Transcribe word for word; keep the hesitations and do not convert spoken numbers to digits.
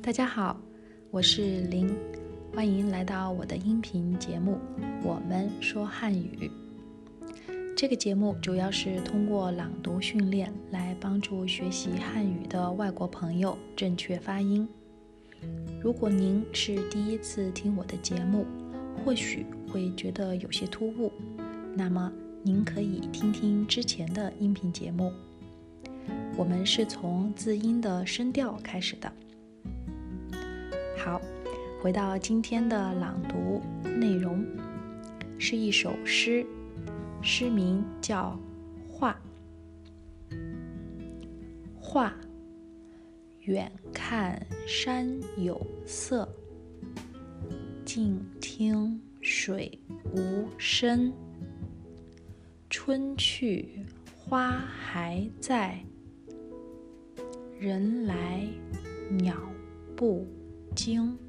大家好，我是林，欢迎来到我的音频节目《我们说汉语》。这个节目主要是通过朗读训练来帮助学习汉语的外国朋友正确发音。如果您是第一次听我的节目，或许会觉得有些突兀，那么您可以听听之前的音频节目。我们是从字音的声调开始的。好，回到今天的朗读内容，是一首诗，诗名叫《画》。画，远看山有色，近听水无声。春去花还在，人来鸟不惊。